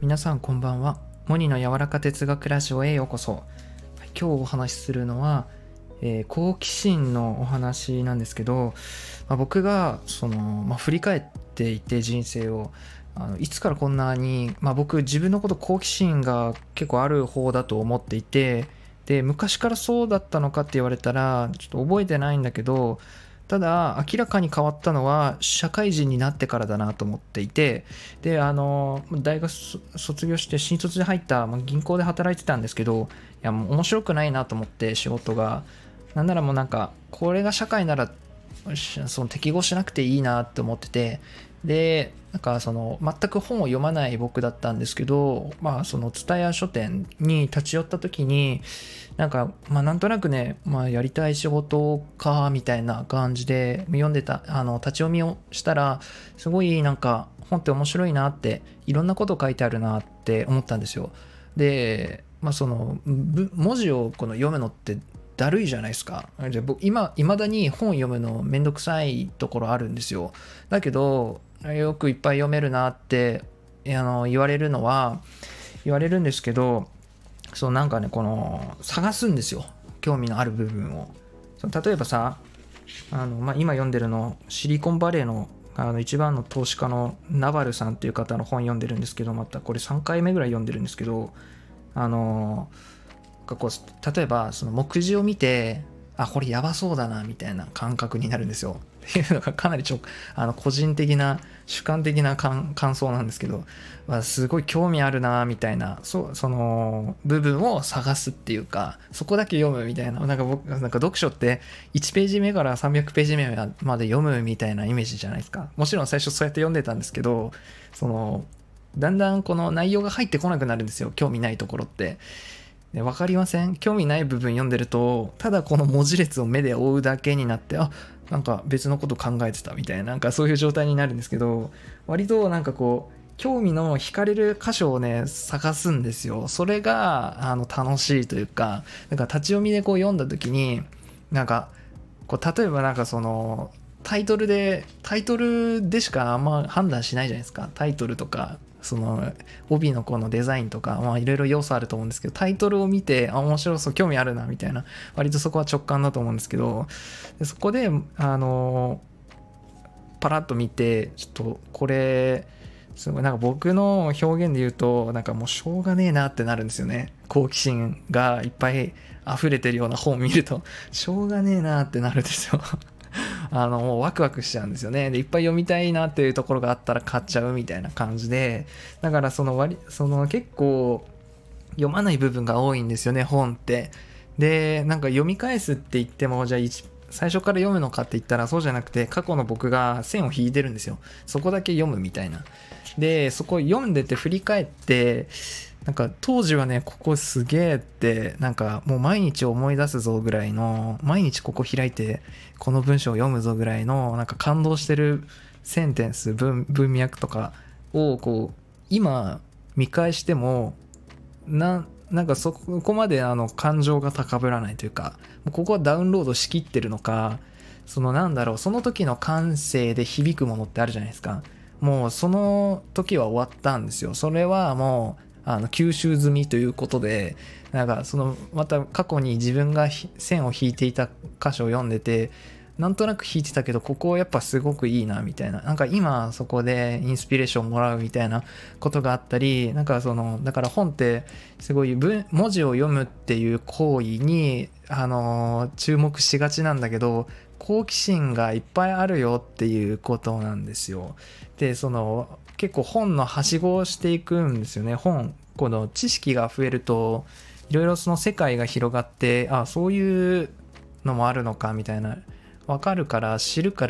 皆さんこんばんは。モニの柔らか哲学ラジオへようこそ。今日お話しするのは、好奇心のお話なんですけど、僕が振り返っていて人生をいつからこんなに、僕自分のこと好奇心が結構ある方だと思っていて、で昔からそうだったのかって言われたらちょっと覚えてないんだけど、ただ明らかに変わったのは社会人になってからだなと思っていて、で大学卒業して新卒で入った、銀行で働いてたんですけど、いやもう面白くないなと思って、仕事がなんならもうなんかこれが社会ならその適合しなくていいなって思ってて、でなんか全く本を読まない僕だったんですけど、その蔦屋書店に立ち寄った時になんとなくね、やりたい仕事かみたいな感じで読んでた、立ち読みをしたら、すごいなんか本って面白いなって、いろんなこと書いてあるなって思ったんですよ。で文字を読むのってだるいじゃないですか。じゃあ僕いまだに本読むのめんどくさいところあるんですよ。だけどよくいっぱい読めるなって言われるんですけど、探すんですよ、興味のある部分を。例えばさ、今読んでるのシリコンバレーの一番の投資家のナバルさんっていう方の本読んでるんですけど、またこれ3回目ぐらい読んでるんですけど、例えばその目次を見て、これやばそうだなみたいな感覚になるんですよ。っていうのがかなり個人的な主観的な感想なんですけど、すごい興味あるなみたいな、その部分を探すっていうか、そこだけ読むみたいな、僕読書って1ページ目から300ページ目まで読むみたいなイメージじゃないですか。もちろん最初そうやって読んでたんですけど、だんだんこの内容が入ってこなくなるんですよ、興味ないところって。わかりません？興味ない部分読んでると、ただこの文字列を目で追うだけになって、なんか別のこと考えてたみたいな、そういう状態になるんですけど、割と興味の惹かれる箇所をね、探すんですよ。それが楽しいというか、立ち読みで読んだ時に、例えばタイトルでしかあんま判断しないじゃないですか。タイトルとか帯のこのデザインとか、いろいろ要素あると思うんですけど、タイトルを見て面白そう、興味あるなみたいな、割とそこは直感だと思うんですけど、そこでパラッと見て、ちょっとこれすごい僕の表現で言うと、もうしょうがねえなってなるんですよね。好奇心がいっぱい溢れてるような本を見ると、しょうがねえなってなるんですよ。もうワクワクしちゃうんですよね。でいっぱい読みたいなっていうところがあったら買っちゃうみたいな感じで、だから結構読まない部分が多いんですよね、本って。で読み返すって言っても、じゃあ最初から読むのかって言ったらそうじゃなくて、過去の僕が線を引いてるんですよ。そこだけ読むみたいな。でそこ読んでて振り返って、当時はね、ここすげえって、もう毎日思い出すぞぐらいの、毎日ここ開いてこの文章を読むぞぐらいの感動してるセンテンス、文脈とかを今見返してもそこまで感情が高ぶらないというか、ここはダウンロードしきってるのか、その時の感性で響くものってあるじゃないですか。もうその時は終わったんですよ。それはもう吸収済みということで、また過去に自分が線を引いていた箇所を読んでて、なんとなく弾いてたけどここやっぱすごくいいなみたいな、今そこでインスピレーションもらうみたいなことがあったり、だから本ってすごい文字を読むっていう行為に注目しがちなんだけど、好奇心がいっぱいあるよっていうことなんですよ。で結構本のはしごをしていくんですよね。この知識が増えるといろいろその世界が広がって、そういうのもあるのかみたいな、分かるから、知るから、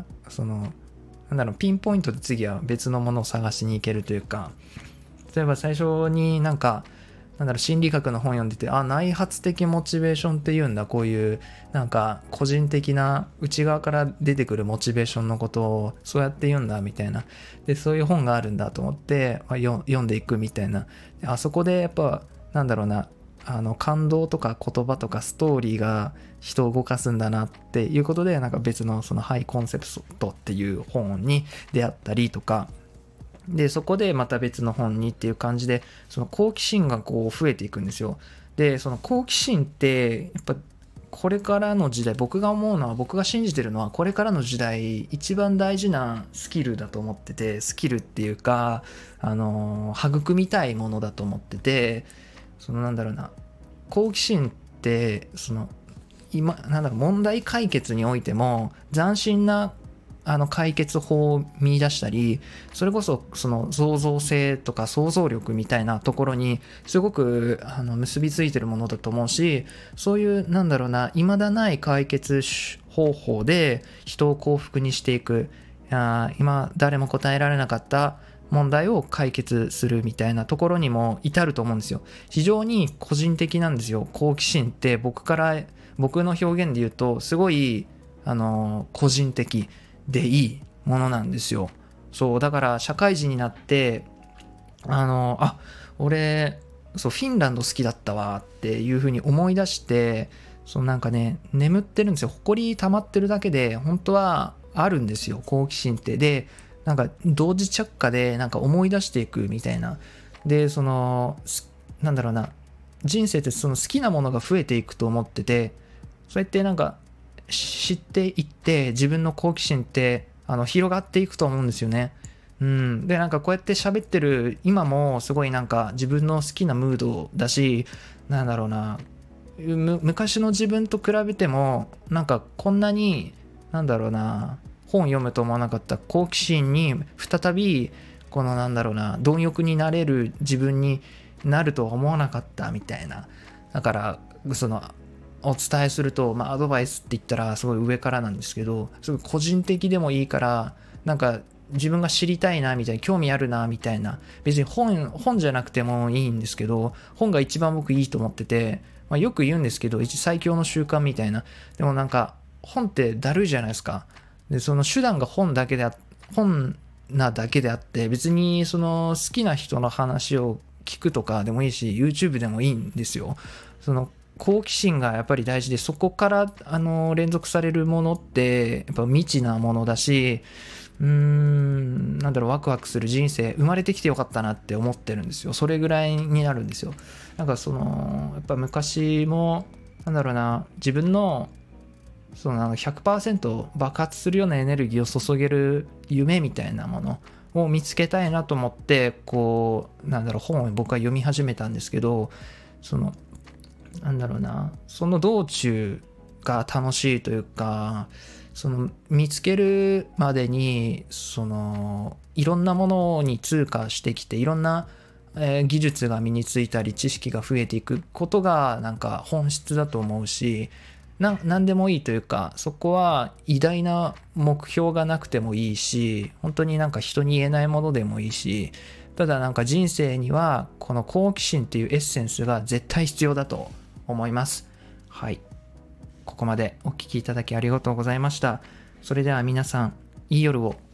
ピンポイントで次は別のものを探しに行けるというか、例えば最初に心理学の本読んでて、内発的モチベーションっていうんだ、こういう個人的な内側から出てくるモチベーションのことをそうやって言うんだみたいな、でそういう本があるんだと思って読んでいくみたいな。あそこでやっぱ感動とか言葉とかストーリーが人を動かすんだなっていうことで、別のそのハイコンセプトっていう本に出会ったりとか、 でそこでまた別の本にっていう感じで、その好奇心がこう増えていくんですよ。でその好奇心ってやっぱこれからの時代、僕が思うのは、僕が信じてるのは、これからの時代一番大事なスキルだと思ってて、スキルっていうか育みたいものだと思ってて、そのなんだろうな、好奇心ってその今なんだろう、問題解決においても斬新な解決法を見出したり、それこそその創造性とか想像力みたいなところにすごく結びついてるものだと思うし、そういうなんだろうな、未だない解決方法で人を幸福にしていく、今誰も答えられなかった問題を解決するみたいなところにも至ると思うんですよ。非常に個人的なんですよ。好奇心って僕の表現で言うとすごい個人的でいいものなんですよ。そうだから社会人になって俺そうフィンランド好きだったわっていう風に思い出して、そうなんかね、眠ってるんですよ。埃溜まってるだけで本当はあるんですよ、好奇心って。でなんか同時着火でなんか思い出していくみたいな。でそのなんだろうな、人生ってその好きなものが増えていくと思ってて、そうやってなんか知っていって自分の好奇心って広がっていくと思うんですよね。でなんかこうやって喋ってる今もすごいなんか自分の好きなムードだし、なんだろうな、昔の自分と比べてもなんかこんなになんだろうな、本読むと思わなかった。好奇心に再びこのなんだろうな、貪欲になれる自分になるとは思わなかったみたいな。だからそのお伝えすると、アドバイスって言ったらすごい上からなんですけど、すごい個人的でもいいから、なんか自分が知りたいなみたいな、興味あるなみたいな、別に本じゃなくてもいいんですけど、本が一番僕いいと思ってて、よく言うんですけど、最強の習慣みたいな。でもなんか本ってだるいじゃないですか。でその手段が本なだけであって、別にその好きな人の話を聞くとかでもいいし、 YouTube でもいいんですよ。その好奇心がやっぱり大事で、そこから連続されるものってやっぱ未知なものだし、なんだろう、ワクワクする人生、生まれてきてよかったなって思ってるんですよ。それぐらいになるんですよ。なんかそのやっぱ昔もなんだろうな、自分のその100% 爆発するようなエネルギーを注げる夢みたいなものを見つけたいなと思って、こうなんだろう、本を僕は読み始めたんですけど、そのなんだろうな、その道中が楽しいというか、その見つけるまでにそのいろんなものに通過してきて、いろんな技術が身についたり知識が増えていくことがなんか本質だと思うし、何でもいいというか、そこは偉大な目標がなくてもいいし、本当になんか人に言えないものでもいいし、ただなんか人生にはこの好奇心っていうエッセンスが絶対必要だと思います。はい。ここまでお聞きいただきありがとうございました。それでは皆さん、いい夜を。